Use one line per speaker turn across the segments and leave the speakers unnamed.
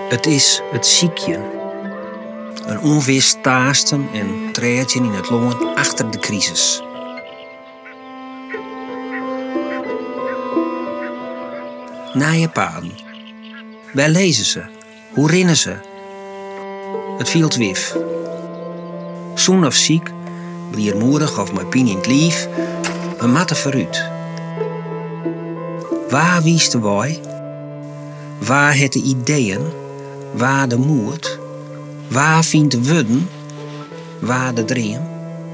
Het is het ziekjen. Een onwist taasten en treedje in het longen achter de crisis. Nije paden. Waar lezen ze? Hoe rennen ze? Het viel wif. Zoen of ziek, bliermoedig of met pijn in het lief, we matten vooruit. Waar wiest de woi? Waar het de ideeën? Waar de moed? Waar vindt de wudden? Waar de dream?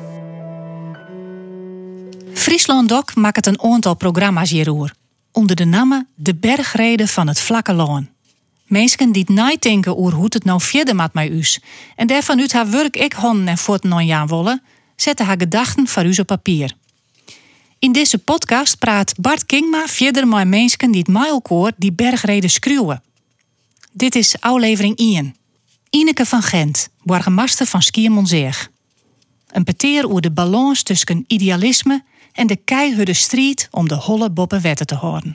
Friesland Doc maakt een aantal programma's hierover. Onder de namen De Bergreden van het Vlakke Loon. Mensen die nadenken over hoe het nou verder met mij us. En daarvan uit haar werk ik handen en voeten aan Jaan wollen, zetten haar gedachten voor u op papier. In deze podcast praat Bart Kingma verder met mensen die het met elkaar die bergreden schreeuwen. Dit is aflevering 1. Ineke van Gent, burgemeester van Schiermonnikoog. Een peteer over de balans tussen idealisme en de keiharde strijd om de holle boppen wetten te houden.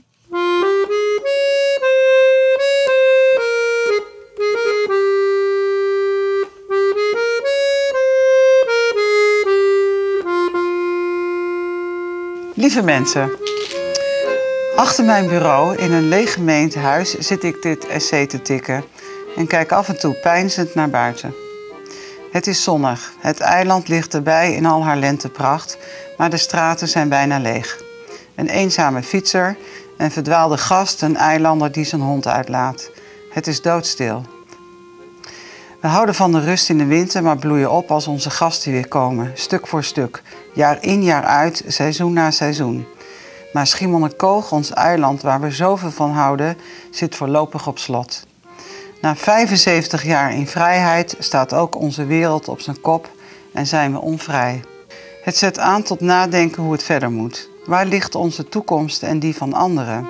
Lieve mensen, achter mijn bureau in een leeg gemeentehuis zit ik dit essay te tikken en kijk af en toe peinzend naar buiten. Het is zonnig, het eiland ligt erbij in al haar lentepracht, maar de straten zijn bijna leeg. Een eenzame fietser, een verdwaalde gast, een eilander die zijn hond uitlaat. Het is doodstil. We houden van de rust in de winter, maar bloeien op als onze gasten weer komen, stuk voor stuk, jaar in jaar uit, seizoen na seizoen. Maar Schiermonnikoog, ons eiland waar we zoveel van houden, zit voorlopig op slot. Na 75 jaar in vrijheid staat ook onze wereld op zijn kop en zijn we onvrij. Het zet aan tot nadenken hoe het verder moet. Waar ligt onze toekomst en die van anderen?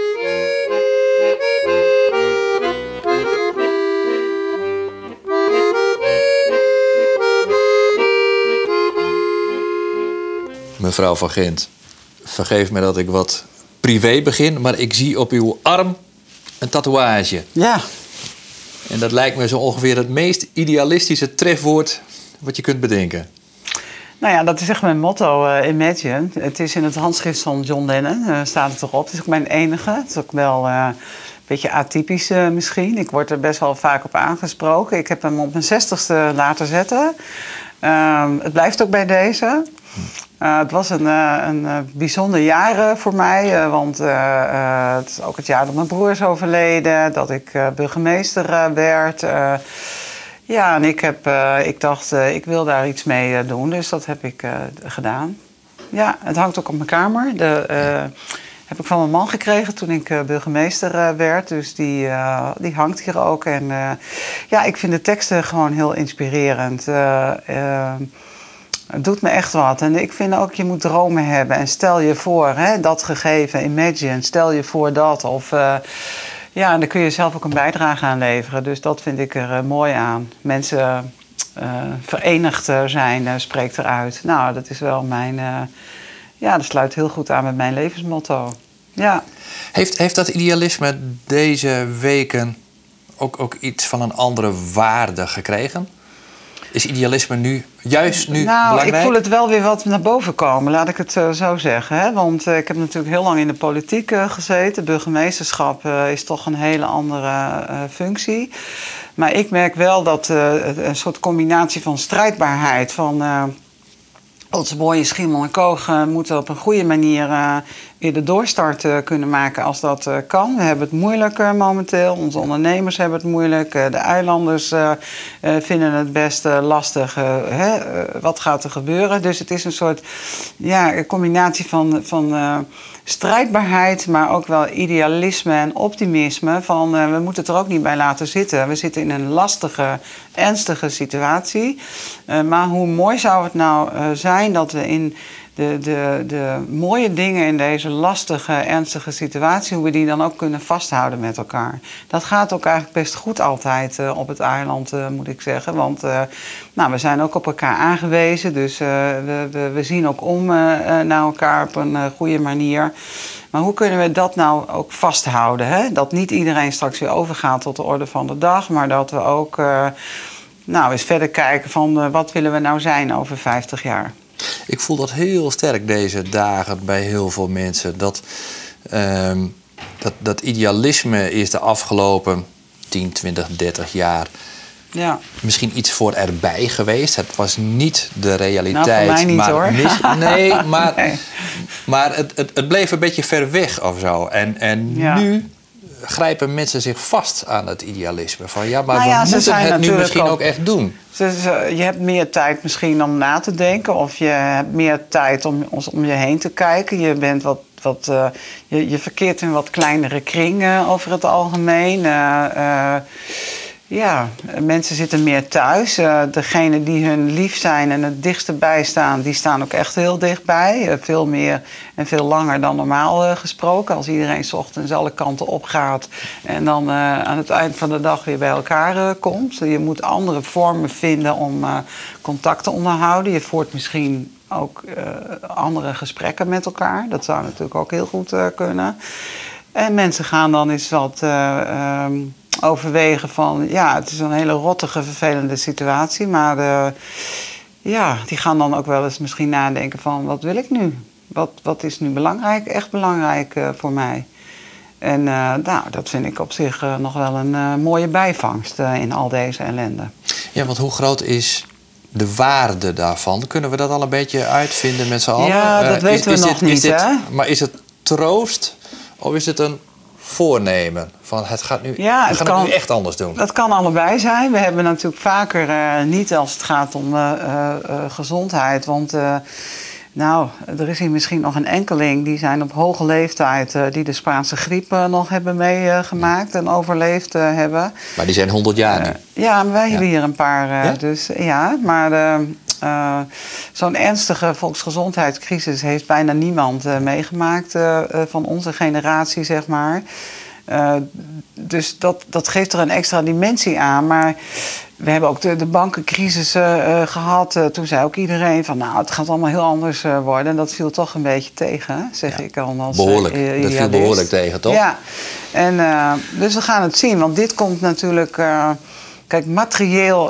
Mevrouw van Gent, vergeef me dat ik wat privé begin, maar ik zie op uw arm een tatoeage.
Ja.
En dat lijkt me zo ongeveer het meest idealistische trefwoord wat je kunt bedenken.
Nou ja, dat is echt mijn motto, Imagine. Het is in het handschrift van John Lennon, staat het erop. Het is ook mijn enige. Het is ook wel een beetje atypisch misschien. Ik word er best wel vaak op aangesproken. Ik heb hem op mijn 60ste laten zetten. Het blijft ook bij deze. Het was een bijzonder jaar voor mij, want het is ook het jaar dat mijn broer is overleden, dat ik burgemeester werd. Ja, en ik dacht, ik wil daar iets mee doen, dus dat heb ik gedaan. Ja, het hangt ook op mijn kamer. Heb ik van mijn man gekregen toen ik burgemeester werd. Dus die hangt hier ook. En ja, ik vind de teksten gewoon heel inspirerend. Het doet me echt wat. En ik vind ook, je moet dromen hebben. En stel je voor, hè, dat gegeven, imagine, stel je voor dat. Of ja, en dan kun je zelf ook een bijdrage aan leveren. Dus dat vind ik er mooi aan. Mensen verenigd zijn, spreekt eruit. Nou, dat is wel mijn... ja, dat sluit heel goed aan met mijn levensmotto. Ja.
Heeft dat idealisme deze weken ook iets van een andere waarde gekregen? Is idealisme nu belangrijk?
Ik voel het wel weer wat naar boven komen, laat ik het zo zeggen. Hè? Want ik heb natuurlijk heel lang in de politiek gezeten. Burgemeesterschap is toch een hele andere functie. Maar ik merk wel dat een soort combinatie van strijdbaarheid... van onze mooie Schiermonnikoog moeten op een goede manier weer de doorstart kunnen maken als dat kan. We hebben het moeilijk momenteel. Onze ondernemers hebben het moeilijk. De eilanders vinden het best lastig. Wat gaat er gebeuren? Dus het is een soort combinatie van strijdbaarheid, maar ook wel idealisme en optimisme. We moeten het er ook niet bij laten zitten. We zitten in een lastige, ernstige situatie. Maar hoe mooi zou het nou zijn dat we in de mooie dingen in deze lastige, ernstige situatie, hoe we die dan ook kunnen vasthouden met elkaar. Dat gaat ook eigenlijk best goed altijd op het eiland, moet ik zeggen. Want we zijn ook op elkaar aangewezen, dus we zien ook om naar elkaar op een goede manier. Maar hoe kunnen we dat nou ook vasthouden? Hè? Dat niet iedereen straks weer overgaat tot de orde van de dag, maar dat we ook eens verder kijken van wat willen we nou zijn over 50 jaar.
Ik voel dat heel sterk deze dagen bij heel veel mensen. Dat idealisme is de afgelopen 10, 20, 30 jaar misschien iets voor erbij geweest. Het was niet de realiteit.
Nou, voor mij niet, hoor.
Nee, maar het bleef een beetje ver weg of zo. En nu grijpen mensen zich vast aan het idealisme. Van we moeten het nu misschien ook echt doen.
Je hebt meer tijd misschien om na te denken. Of je hebt meer tijd om je heen te kijken. Je bent je verkeert in wat kleinere kringen over het algemeen. Mensen zitten meer thuis. Degenen die hun lief zijn en het dichtst erbij staan, die staan ook echt heel dichtbij. Veel meer en veel langer dan normaal gesproken. Als iedereen 's ochtends alle kanten opgaat en dan aan het eind van de dag weer bij elkaar komt. Je moet andere vormen vinden om contact te onderhouden. Je voert misschien ook andere gesprekken met elkaar. Dat zou natuurlijk ook heel goed kunnen. En mensen gaan dan eens wat overwegen van, het is een hele rottige, vervelende situatie. Maar die gaan dan ook wel eens misschien nadenken van, wat wil ik nu? Wat is nu belangrijk, echt belangrijk voor mij? En dat vind ik op zich nog wel een mooie bijvangst in al deze ellende.
Ja, want hoe groot is de waarde daarvan? Kunnen we dat al een beetje uitvinden met z'n allen?
Ja, dat weten we nog niet, hè?
Maar is het troost of is het een voornemen? Van het gaat nu, het nu echt anders doen.
Dat kan allebei zijn. We hebben natuurlijk vaker, niet als het gaat om gezondheid. Want er is hier misschien nog een enkeling. Die zijn op hoge leeftijd die de Spaanse griep nog hebben meegemaakt en overleefd hebben.
Maar die zijn 100 jaar nu.
Ja, maar wij hebben hier een paar. Dus maar zo'n ernstige volksgezondheidscrisis heeft bijna niemand meegemaakt van onze generatie, zeg maar. Dus dat geeft er een extra dimensie aan. Maar we hebben ook de bankencrisis gehad. Toen zei ook iedereen van, het gaat allemaal heel anders worden. En dat viel toch een beetje tegen, zeg ik al.
Behoorlijk. Dat viel behoorlijk tegen, toch?
Ja. En, dus we gaan het zien. Want dit komt natuurlijk... Kijk, materieel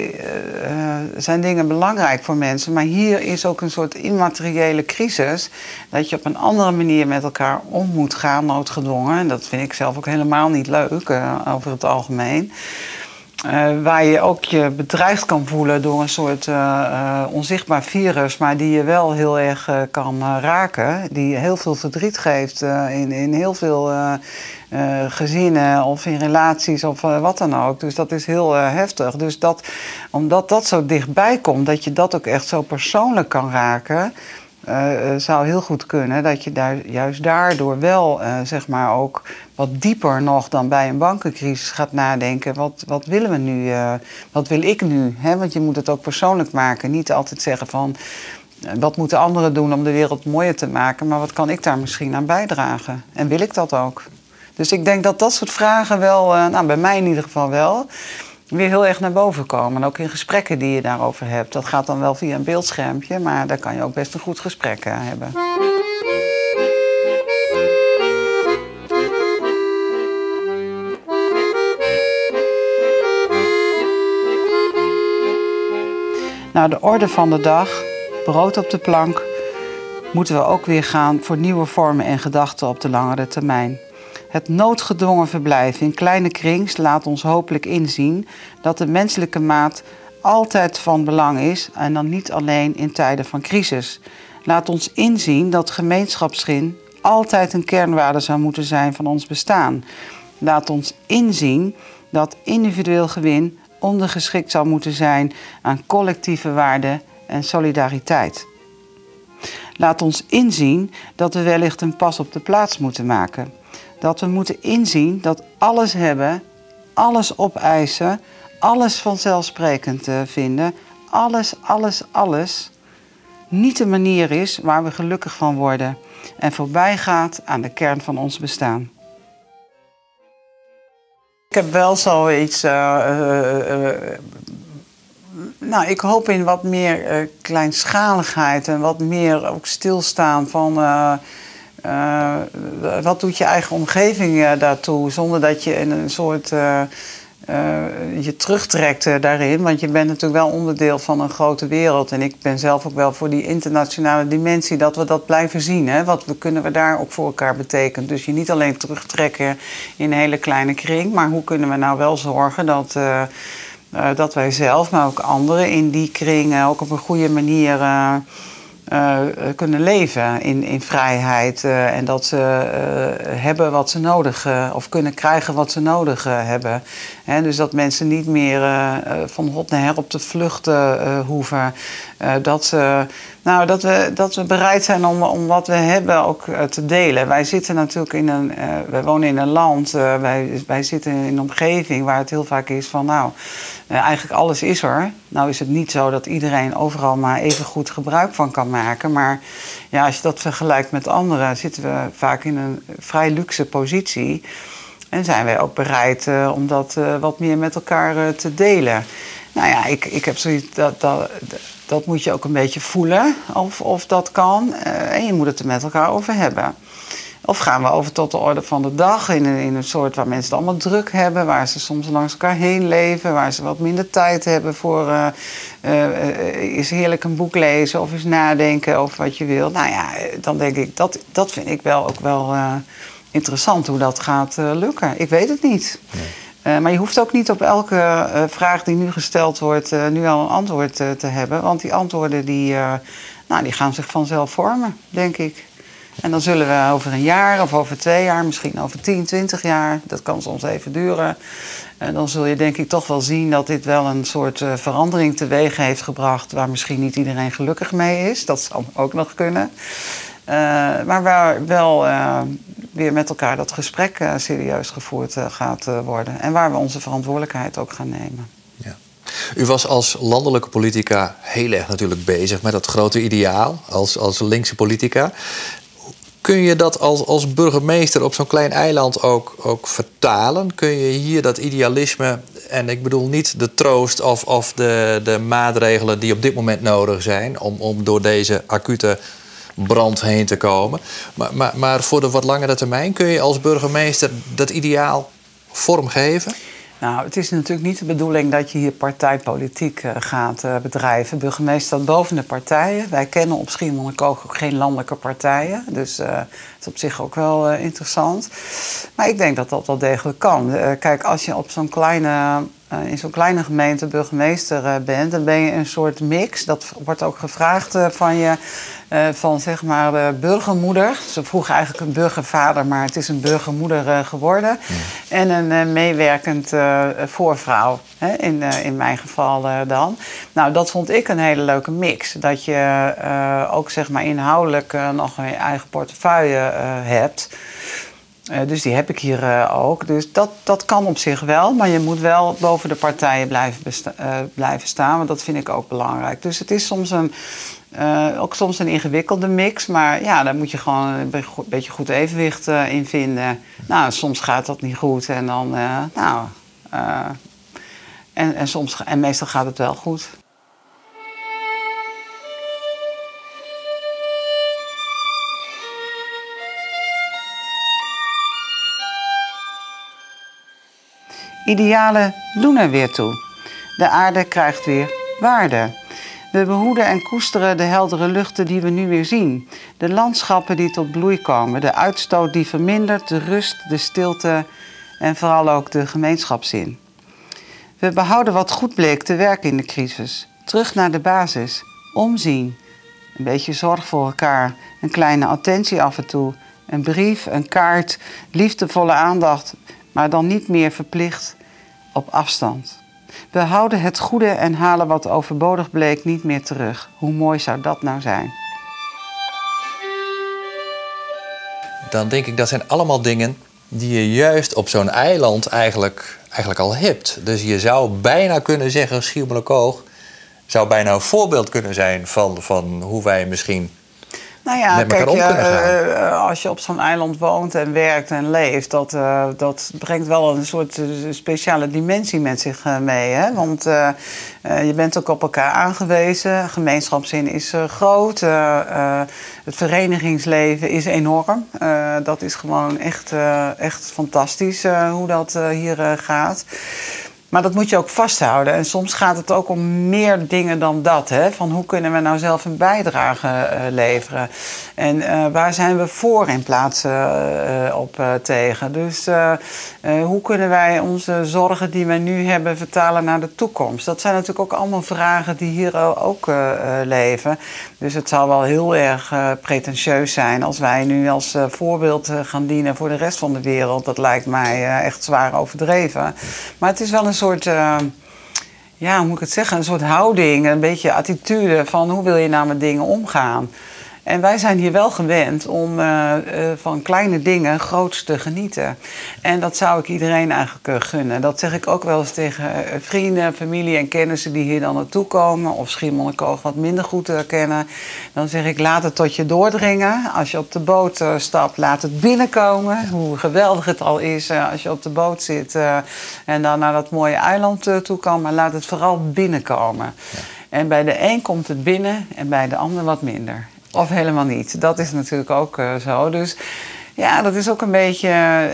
zijn dingen belangrijk voor mensen. Maar hier is ook een soort immateriële crisis. Dat je op een andere manier met elkaar om moet gaan, noodgedwongen. En dat vind ik zelf ook helemaal niet leuk, over het algemeen. Waar je ook je bedreigd kan voelen door een soort onzichtbaar virus, maar die je wel heel erg kan raken. Die heel veel verdriet geeft in heel veel gezinnen of in relaties of wat dan ook. Dus dat is heel heftig. Dus omdat dat zo dichtbij komt, dat je dat ook echt zo persoonlijk kan raken, zou heel goed kunnen dat je daar juist daardoor wel zeg maar ook wat dieper nog dan bij een bankencrisis gaat nadenken. Wat willen we nu? Wat wil ik nu? Hè? Want je moet het ook persoonlijk maken. Niet altijd zeggen van wat moeten anderen doen om de wereld mooier te maken, maar wat kan ik daar misschien aan bijdragen? En wil ik dat ook? Dus ik denk dat soort vragen wel, bij mij in ieder geval wel, weer heel erg naar boven komen. En ook in gesprekken die je daarover hebt. Dat gaat dan wel via een beeldschermpje, maar daar kan je ook best een goed gesprek hebben. Nou, de orde van de dag, brood op de plank, moeten we ook weer gaan voor nieuwe vormen en gedachten op de langere termijn. Het noodgedwongen verblijf in kleine krings laat ons hopelijk inzien dat de menselijke maat altijd van belang is en dan niet alleen in tijden van crisis. Laat ons inzien dat gemeenschapsgin altijd een kernwaarde zou moeten zijn van ons bestaan. Laat ons inzien dat individueel gewin ondergeschikt zou moeten zijn aan collectieve waarden en solidariteit. Laat ons inzien dat we wellicht een pas op de plaats moeten maken. Dat we moeten inzien dat alles hebben, alles opeisen, alles vanzelfsprekend vinden, alles, niet de manier is waar we gelukkig van worden en voorbij gaat aan de kern van ons bestaan. Ik heb wel zoiets. Ik hoop in wat meer kleinschaligheid en wat meer ook stilstaan van wat doet je eigen omgeving daartoe, zonder dat je in een soort je terugtrekt daarin. Want je bent natuurlijk wel onderdeel van een grote wereld. En ik ben zelf ook wel voor die internationale dimensie, dat we dat blijven zien. Hè? Wat kunnen we daar ook voor elkaar betekenen? Dus je niet alleen terugtrekken in een hele kleine kring, maar hoe kunnen we nou wel zorgen dat wij zelf, maar ook anderen in die kring ook op een goede manier kunnen leven in vrijheid. En dat ze hebben wat ze nodig of kunnen krijgen wat ze nodig hebben. Dus dat mensen niet meer van hot naar her op de vlucht hoeven. Dat we bereid zijn om wat we hebben ook te delen. Wij zitten natuurlijk wij wonen in een land, wij zitten in een omgeving waar het heel vaak is van eigenlijk alles is er. Nou is het niet zo dat iedereen overal maar even goed gebruik van kan maken. Maar ja, als je dat vergelijkt met anderen, zitten we vaak in een vrij luxe positie. En zijn wij ook bereid om dat wat meer met elkaar te delen. Nou ja, ik heb zoiets dat moet je ook een beetje voelen of dat kan. En je moet het er met elkaar over hebben. Of gaan we over tot de orde van de dag in een soort waar mensen het allemaal druk hebben, waar ze soms langs elkaar heen leven, waar ze wat minder tijd hebben voor eens heerlijk een boek lezen of eens nadenken of wat je wil. Nou ja, dan denk ik, dat vind ik wel ook wel interessant hoe dat gaat lukken. Ik weet het niet. Nee. Maar je hoeft ook niet op elke vraag die nu gesteld wordt nu al een antwoord te hebben. Want die antwoorden die gaan zich vanzelf vormen, denk ik. En dan zullen we over een jaar of over 2 jaar, misschien over 10, 20 jaar, dat kan soms even duren. En dan zul je denk ik toch wel zien dat dit wel een soort verandering teweeg heeft gebracht waar misschien niet iedereen gelukkig mee is. Dat zou ook nog kunnen. Maar waar wel weer met elkaar dat gesprek serieus gevoerd gaat worden. En waar we onze verantwoordelijkheid ook gaan nemen.
Ja. U was als landelijke politica heel erg natuurlijk bezig met dat grote ideaal als linkse politica. Kun je dat als burgemeester op zo'n klein eiland ook vertalen? Kun je hier dat idealisme, en ik bedoel niet de troost of de maatregelen die op dit moment nodig zijn om door deze acute brand heen te komen. Maar voor de wat langere termijn, kun je als burgemeester dat ideaal vormgeven?
Nou, het is natuurlijk niet de bedoeling dat je hier partijpolitiek gaat bedrijven. Burgemeester staat boven de partijen. Wij kennen op Schiermonnikoog ook geen landelijke partijen. Dus het is op zich ook wel interessant. Maar ik denk dat dat wel degelijk kan. Kijk, als je op in zo'n kleine gemeente burgemeester bent, dan ben je een soort mix. Dat wordt ook gevraagd van je, van zeg maar de burgermoeder. Ze vroegen eigenlijk een burgervader, maar het is een burgermoeder geworden. Ja. En een meewerkend voorvrouw, in mijn geval dan. Nou, dat vond ik een hele leuke mix. Dat je ook zeg maar inhoudelijk nog een eigen portefeuille hebt. Dus die heb ik hier ook. Dus dat kan op zich wel. Maar je moet wel boven de partijen blijven staan. Want dat vind ik ook belangrijk. Dus het is soms ook soms een ingewikkelde mix. Maar ja, daar moet je gewoon een beetje goed evenwicht in vinden. Nou, soms gaat dat niet goed. En dan, en meestal gaat het wel goed. Idealen doen er weer toe. De aarde krijgt weer waarde. We behoeden en koesteren de heldere luchten die we nu weer zien. De landschappen die tot bloei komen. De uitstoot die vermindert. De rust, de stilte en vooral ook de gemeenschapszin. We behouden wat goed bleek te werken in de crisis. Terug naar de basis. Omzien. Een beetje zorg voor elkaar. Een kleine attentie af en toe. Een brief, een kaart. Liefdevolle aandacht. Maar dan niet meer verplicht op afstand. We houden het goede en halen wat overbodig bleek niet meer terug. Hoe mooi zou dat nou zijn?
Dan denk ik, dat zijn allemaal dingen die je juist op zo'n eiland eigenlijk al hebt. Dus je zou bijna kunnen zeggen, Schiermonnikoog zou bijna een voorbeeld kunnen zijn van hoe wij misschien
Nou ja,
met elkaar om kunnen gaan.
Als je op zo'n eiland woont en werkt en leeft, dat brengt wel een soort speciale dimensie met zich mee. Hè? Want je bent ook op elkaar aangewezen. Gemeenschapszin is groot. Het verenigingsleven is enorm. Dat is gewoon echt fantastisch hoe dat hier gaat. Maar dat moet je ook vasthouden. En soms gaat het ook om meer dingen dan dat. Hè? Van hoe kunnen we nou zelf een bijdrage leveren? En waar zijn we voor in plaats op tegen? Dus hoe kunnen wij onze zorgen die we nu hebben vertalen naar de toekomst? Dat zijn natuurlijk ook allemaal vragen die hier ook leven. Dus het zal wel heel erg pretentieus zijn als wij nu als voorbeeld gaan dienen voor de rest van de wereld. Dat lijkt mij echt zwaar overdreven. Maar het is wel een soort, hoe moet ik het zeggen, een soort houding, een beetje attitude van hoe wil je nou met dingen omgaan. En wij zijn hier wel gewend om van kleine dingen groots te genieten. En dat zou ik iedereen eigenlijk gunnen. Dat zeg ik ook wel eens tegen vrienden, familie en kennissen die hier dan naartoe komen. Of Schiermonnikoog wat minder goed kennen. Dan zeg ik, laat het tot je doordringen. Als je op de boot stapt, laat het binnenkomen. Hoe geweldig het al is als je op de boot zit en dan naar dat mooie eiland toe kan. Maar laat het vooral binnenkomen. Ja. En bij de een komt het binnen en bij de ander wat minder. Of helemaal niet. Dat is natuurlijk ook zo. Dus ja, dat is ook een beetje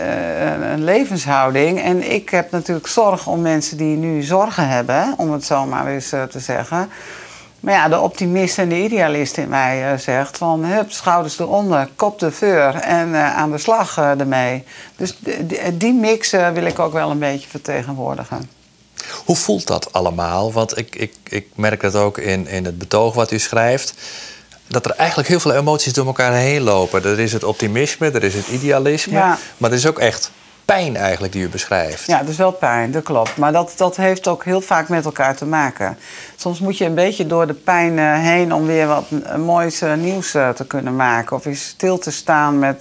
een levenshouding. En ik heb natuurlijk zorg om mensen die nu zorgen hebben, om het zo maar eens te zeggen. Maar ja, de optimist en de idealist in mij zegt van hup, schouders eronder, kop de veur en aan de slag ermee. Dus die mix wil ik ook wel een beetje vertegenwoordigen.
Hoe voelt dat allemaal? Want ik merk dat ook in het betoog wat u schrijft. Dat er eigenlijk heel veel emoties door elkaar heen lopen. Er is het optimisme, er is het idealisme. Ja. Maar er is ook echt pijn eigenlijk die u beschrijft.
Ja, dat is wel pijn, dat klopt. Maar dat heeft ook heel vaak met elkaar te maken. Soms moet je een beetje door de pijn heen om weer wat moois nieuws te kunnen maken. Of eens stil te staan met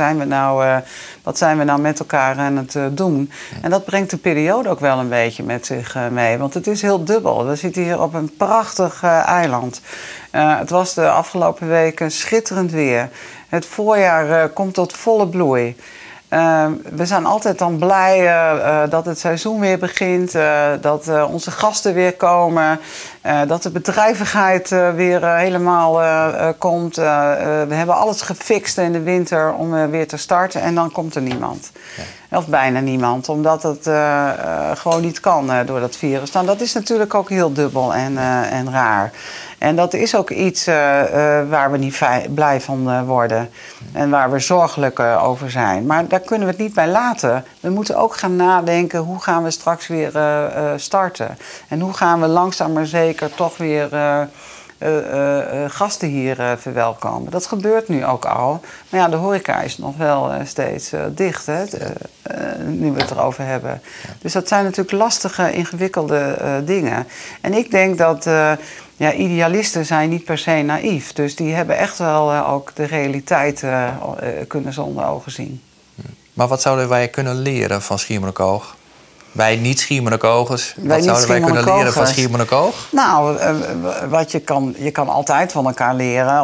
wat zijn we nou met elkaar aan het doen. En dat brengt de periode ook wel een beetje met zich mee. Want het is heel dubbel. We zitten hier op een prachtig eiland. Het was de afgelopen weken schitterend weer. Het voorjaar komt tot volle bloei. We zijn altijd dan blij dat het seizoen weer begint, dat onze gasten weer komen, dat de bedrijvigheid weer helemaal komt. We hebben alles gefixt in de winter om weer te starten en dan komt er niemand. Ja. Of bijna niemand, omdat het gewoon niet kan door dat virus. Nou, dat is natuurlijk ook heel dubbel en raar. En dat is ook iets waar we niet blij van worden. En waar we zorgelijk over zijn. Maar daar kunnen we het niet bij laten. We moeten ook gaan nadenken, hoe gaan we straks weer starten? En hoe gaan we langzaam maar zeker toch weer gasten hier verwelkomen? Dat gebeurt nu ook al. Maar ja, de horeca is nog wel steeds dicht, hè? Nu we het erover hebben. Ja. Dus dat zijn natuurlijk lastige, ingewikkelde dingen. En ik denk dat idealisten zijn niet per se naïef. Dus die hebben echt wel ook de realiteit kunnen ze onder ogen zien.
Maar wat zouden wij kunnen leren van Schiermonnikoog? Wij niet-Schiermonnikoogers. Wat zouden wij kunnen leren van Schiermonnikoog?
Nou, wat je kan altijd van elkaar leren.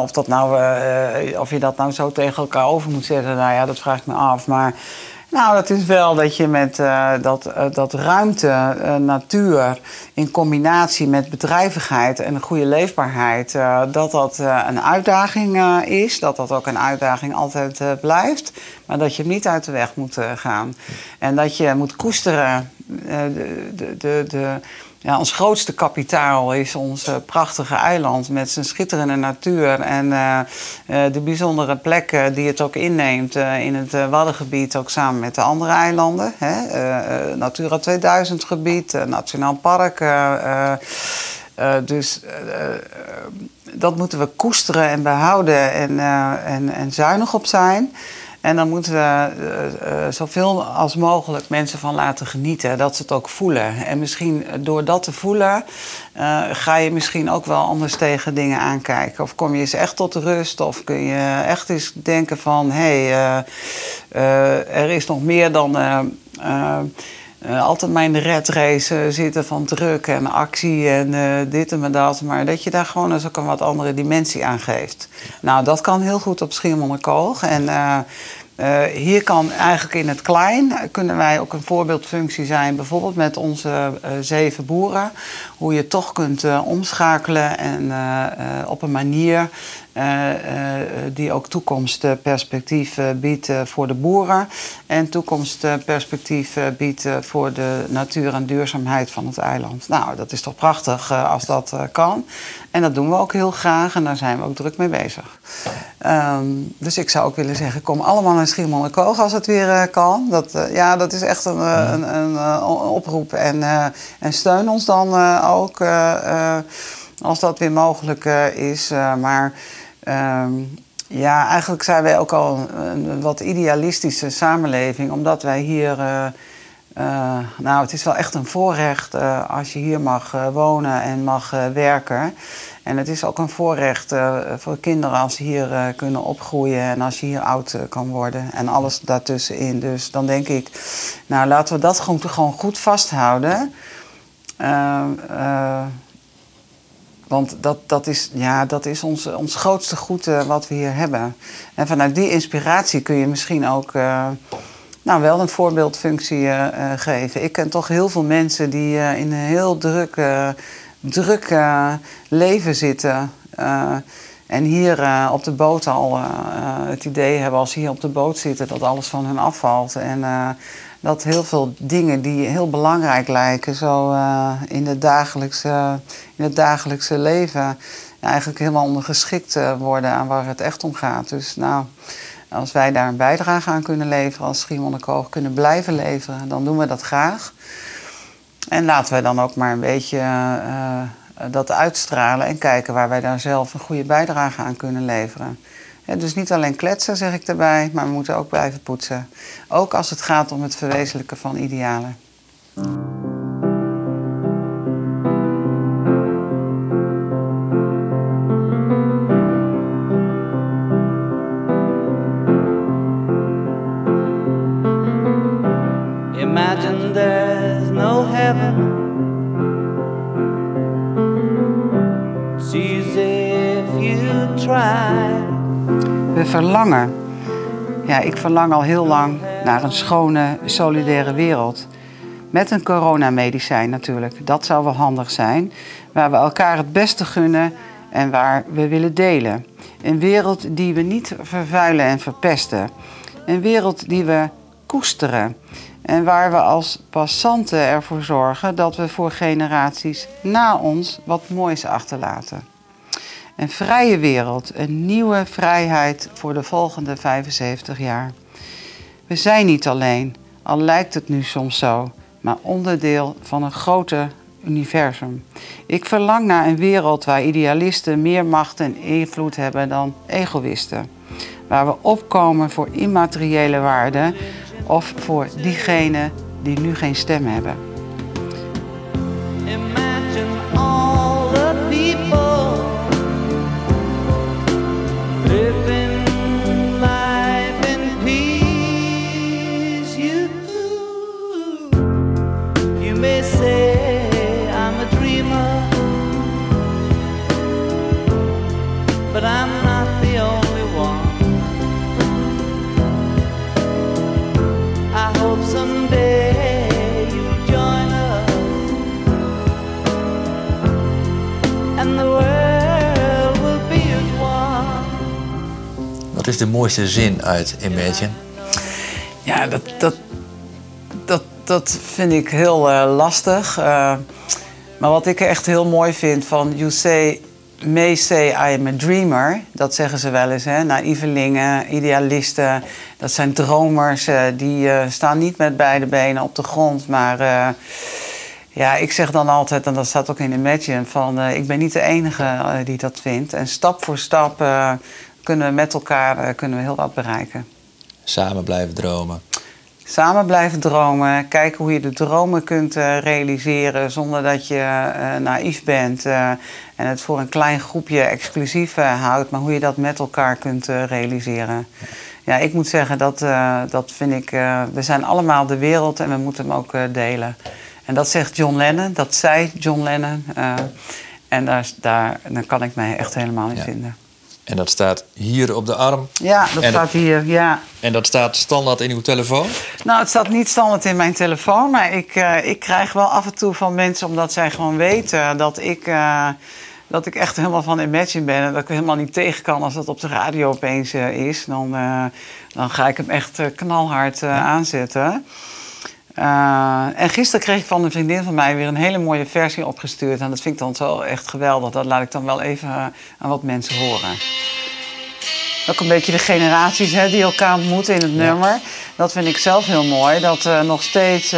Of je dat nou zo tegen elkaar over moet zetten, nou ja, dat vraag ik me af. Maar nou, dat is wel dat je met dat ruimte, natuur in combinatie met bedrijvigheid en een goede leefbaarheid, dat een uitdaging is. Dat ook een uitdaging altijd blijft. Maar dat je niet uit de weg moet gaan. En dat je moet koesteren. Ons grootste kapitaal is ons prachtige eiland met zijn schitterende natuur en de bijzondere plekken die het ook inneemt in het Waddengebied, ook samen met de andere eilanden. Natura 2000 gebied, Nationaal Park. Dus dat moeten we koesteren en behouden en zuinig op zijn. En dan moeten we zoveel als mogelijk mensen van laten genieten. Dat ze het ook voelen. En misschien door dat te voelen ga je misschien ook wel anders tegen dingen aankijken. Of kom je eens echt tot rust. Of kun je echt eens denken van er is nog meer dan altijd maar in de red race zitten van druk en actie en dit en dat. Maar dat je daar gewoon eens ook een wat andere dimensie aan geeft. Nou, dat kan heel goed op Schiermonnikoog. En hier kan eigenlijk in het klein, kunnen wij ook een voorbeeldfunctie zijn. Bijvoorbeeld met onze 7 boeren. Hoe je toch kunt omschakelen en op een manier die ook toekomstperspectief biedt voor de boeren. En toekomstperspectief biedt voor de natuur en duurzaamheid van het eiland. Nou, dat is toch prachtig als dat kan. En dat doen we ook heel graag en daar zijn we ook druk mee bezig. Dus ik zou ook willen zeggen, kom allemaal naar Schiermonnikoog als het weer kan. Dat is echt een oproep. En steun ons dan ook als dat weer mogelijk is. Eigenlijk zijn wij ook al een wat idealistische samenleving. Omdat wij hier... het is wel echt een voorrecht als je hier mag wonen en mag werken. En het is ook een voorrecht voor kinderen als ze hier kunnen opgroeien en als je hier oud kan worden en alles daartussenin. Dus dan denk ik, nou laten we dat gewoon goed vasthouden. Want dat is ons grootste goed wat we hier hebben. En vanuit die inspiratie kun je misschien ook wel een voorbeeldfunctie geven. Ik ken toch heel veel mensen die in een heel druk leven zitten. En hier op de boot al het idee hebben als ze hier op de boot zitten dat alles van hen afvalt. En dat heel veel dingen die heel belangrijk lijken zo in het dagelijkse leven eigenlijk helemaal ondergeschikt worden aan waar het echt om gaat. Dus nou, als wij daar een bijdrage aan kunnen leveren, als Schiermonnikoog kunnen blijven leveren, dan doen we dat graag. En laten we dan ook maar een beetje dat uitstralen en kijken waar wij daar zelf een goede bijdrage aan kunnen leveren. Dus niet alleen kletsen, zeg ik erbij, maar we moeten ook blijven poetsen. Ook als het gaat om het verwezenlijken van idealen.
Imagine there's no heaven. See as if you try.
We verlangen. Ja, ik verlang al heel lang naar een schone, solidaire wereld. Met een coronamedicijn natuurlijk. Dat zou wel handig zijn. Waar we elkaar het beste gunnen en waar we willen delen. Een wereld die we niet vervuilen en verpesten. Een wereld die we koesteren. En waar we als passanten ervoor zorgen dat we voor generaties na ons wat moois achterlaten. Een vrije wereld, een nieuwe vrijheid voor de volgende 75 jaar. We zijn niet alleen, al lijkt het nu soms zo, maar onderdeel van een groter universum. Ik verlang naar een wereld waar idealisten meer macht en invloed hebben dan egoïsten. Waar we opkomen voor immateriële waarden of voor diegenen die nu geen stem hebben.
Imagine all the people living life in peace. You may say I'm a dreamer, but I'm not the only one. I hope someday you'll join us and the world will be as one.
Wat is de mooiste zin uit Imagine?
Ja, dat vind ik heel lastig. Maar wat ik echt heel mooi vind van may say I am a dreamer. Dat zeggen ze wel eens, hè. Naïvelingen, idealisten. Dat zijn dromers. Die staan niet met beide benen op de grond. Maar ik zeg dan altijd, en dat staat ook in Imagine, van ik ben niet de enige die dat vindt. En stap voor stap kunnen we met elkaar heel wat bereiken.
Samen blijven dromen.
Samen blijven dromen, kijken hoe je de dromen kunt realiseren zonder dat je naïef bent en het voor een klein groepje exclusief houdt, maar hoe je dat met elkaar kunt realiseren. Ja, ik moet zeggen, dat vind ik... we zijn allemaal de wereld en we moeten hem ook delen. En dat zegt John Lennon, dat zei John Lennon. En daar kan ik mij echt helemaal in vinden.
En dat staat hier op de arm?
Ja, dat staat hier, ja.
En dat staat standaard in uw telefoon?
Nou, het staat niet standaard in mijn telefoon, maar ik krijg wel af en toe van mensen... omdat zij gewoon weten dat ik echt helemaal van Imagine ben... en dat ik er helemaal niet tegen kan als dat op de radio opeens is. Dan ga ik hem echt knalhard aanzetten. En gisteren kreeg ik van een vriendin van mij weer een hele mooie versie opgestuurd. En dat vind ik dan zo echt geweldig. Dat laat ik dan wel even aan wat mensen horen. Ook een beetje de generaties die elkaar ontmoeten in het nummer. Dat vind ik zelf heel mooi. Dat nog steeds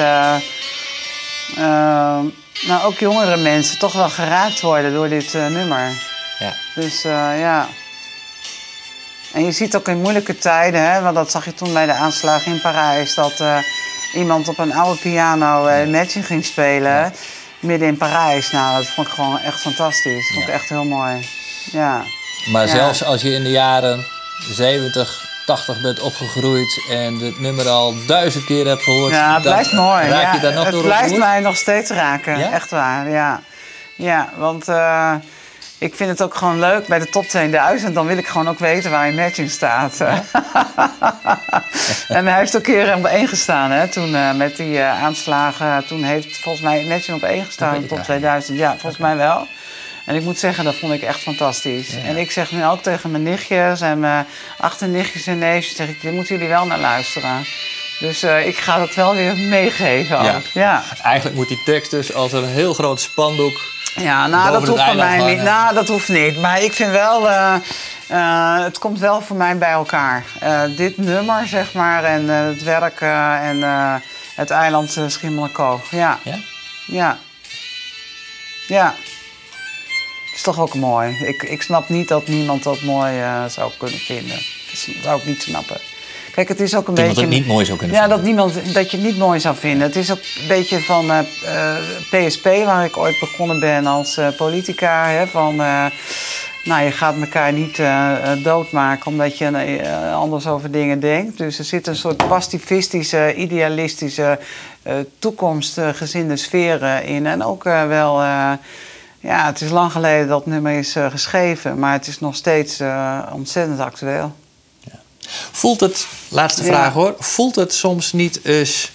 ook jongere mensen toch wel geraakt worden door dit nummer.
Ja.
Dus ja. En je ziet ook in moeilijke tijden, want dat zag je toen bij de aanslagen in Parijs... dat iemand op een oude piano Imagine ging spelen, midden in Parijs. Nou, dat vond ik gewoon echt fantastisch. Dat vond ik echt heel mooi. Ja.
Maar zelfs als je in de jaren 70, 80 bent opgegroeid en het nummer al 1000 keer hebt gehoord...
Ja, het blijft mooi.
Raak je daar nog door?
Het blijft mij nog steeds raken,
ja?
Echt waar, ja. Ja, want... ik vind het ook gewoon leuk bij de top 2000. Dan wil ik gewoon ook weten waar Imagine staat. Ja. En hij heeft ook een keer op 1 gestaan. Hè, toen met die aanslagen. Toen heeft volgens mij Imagine op 1 gestaan in de top 2000. Ja, volgens mij wel. En ik moet zeggen, dat vond ik echt fantastisch. Ja. En ik zeg nu ook tegen mijn nichtjes en mijn achternichtjes en neefjes... zeg ik, hier moeten jullie wel naar luisteren. Dus ik ga dat wel weer meegeven.
Ja.
Ook. Ja.
Eigenlijk moet die tekst dus als een heel groot spandoek...
Ja, nou, dat hoeft voor mij niet. Nou, dat hoeft niet. Maar ik vind wel, het komt wel voor mij bij elkaar. Dit nummer, zeg maar, en het werk en het eiland Schiermonnikoog. Ja.
Ja?
Ja. Ja. Het is toch ook mooi. Ik snap niet dat niemand dat mooi zou kunnen vinden. Dat zou ik niet snappen. Kijk, het is ook een beetje...
Dat het niet mooi zou kunnen vinden.
Dat je het niet mooi zou vinden. Het is ook een beetje van PSP, waar ik ooit begonnen ben als politica. Hè, van, je gaat elkaar niet doodmaken omdat je anders over dingen denkt. Dus er zit een soort pacifistische, idealistische, toekomstgezinde sfeer in. En ook wel... het is lang geleden dat het nummer is geschreven, maar het is nog steeds ontzettend actueel.
Voelt het, laatste vraag hoor, voelt het soms niet eens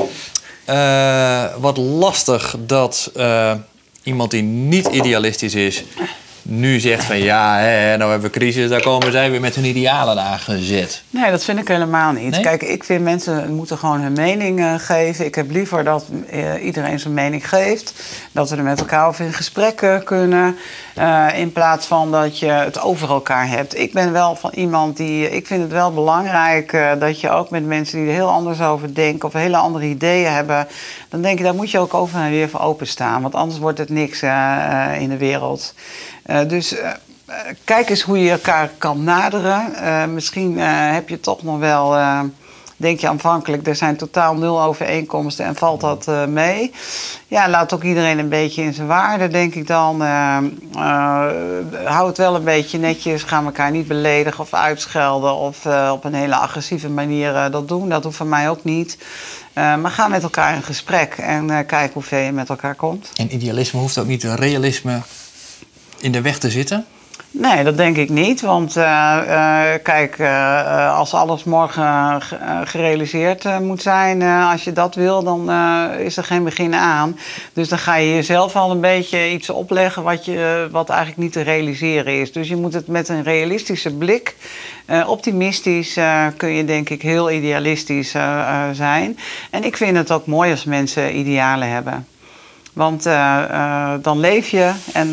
wat lastig dat iemand die niet idealistisch is... nu zegt van nou hebben we crisis, daar komen zij weer met hun idealen aangezet?
Nee, dat vind ik helemaal niet.
Nee?
Kijk, ik vind mensen moeten gewoon hun mening geven. Ik heb liever dat iedereen zijn mening geeft. Dat we er met elkaar over in gesprek kunnen. In plaats van dat je het over elkaar hebt. Ik ben wel van iemand die... Ik vind het wel belangrijk dat je ook met mensen die er heel anders over denken... of hele andere ideeën hebben... dan denk ik, daar moet je ook over en weer voor openstaan. Want anders wordt het niks in de wereld. Dus kijk eens hoe je elkaar kan naderen. Misschien heb je toch nog wel... denk je aanvankelijk, er zijn totaal 0 overeenkomsten en valt dat mee. Ja, laat ook iedereen een beetje in zijn waarde, denk ik dan. Hou het wel een beetje netjes. Ga elkaar niet beledigen of uitschelden... of op een hele agressieve manier dat doen. Dat hoeft van mij ook niet. Maar ga met elkaar in gesprek en kijk hoe ver je met elkaar komt.
En idealisme hoeft ook niet realisme in de weg te zitten?
Nee, dat denk ik niet. Want kijk, als alles morgen gerealiseerd moet zijn... als je dat wil, dan is er geen begin aan. Dus dan ga je jezelf al een beetje iets opleggen... wat eigenlijk niet te realiseren is. Dus je moet het met een realistische blik... optimistisch kun je denk ik heel idealistisch zijn. En ik vind het ook mooi als mensen idealen hebben. Want dan leef je en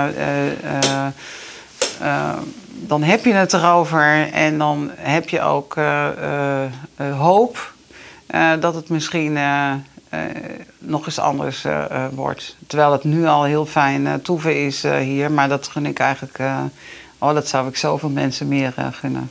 dan heb je het erover en dan heb je ook hoop dat het misschien nog eens anders wordt. Terwijl het nu al heel fijn toeven is hier, maar dat gun ik eigenlijk... dat zou ik zoveel mensen meer gunnen.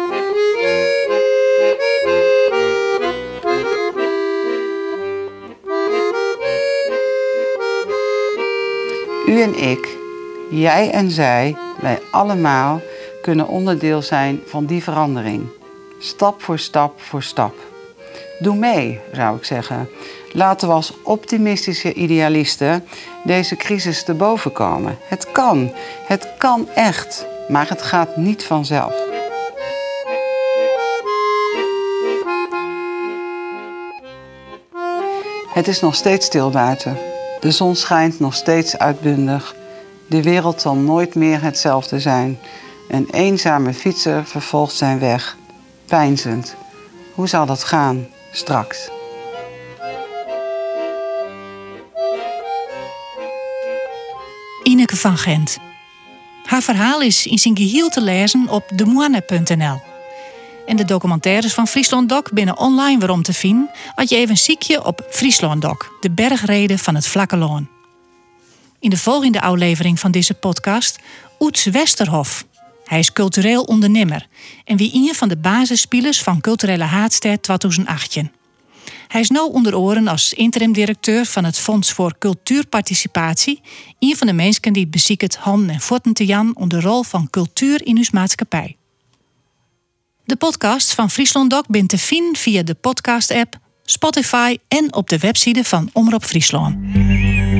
U en ik, jij en zij, wij allemaal kunnen onderdeel zijn van die verandering. Stap voor stap voor stap. Doe mee, zou ik zeggen. Laten we als optimistische idealisten deze crisis te boven komen. Het kan. Het kan echt. Maar het gaat niet vanzelf. Het is nog steeds stil buiten. De zon schijnt nog steeds uitbundig. De wereld zal nooit meer hetzelfde zijn. Een eenzame fietser vervolgt zijn weg, peinzend. Hoe zal dat gaan straks?
Ineke van Gent. Haar verhaal is in zijn geheel te lezen op demoine.nl. En de documentaires van Friesland Doc binnen online waarom te vinden, als je even ziekje op Friesland Doc, de bergrede van het Vlakke Loon. In de volgende aflevering van deze podcast Oets Westerhof. Hij is cultureel ondernemer en wie een van de basisspelers van Culturele Haardstad 2018. Hij is nu onder oren als interim-directeur van het Fonds voor Cultuurparticipatie, een van de mensen die beziekt handen en voeten te jan onder de rol van cultuur in uw maatschappij. De podcasts van Friesland Doc zijn te vinden via de podcast-app, Spotify en op de website van Omroep Friesland.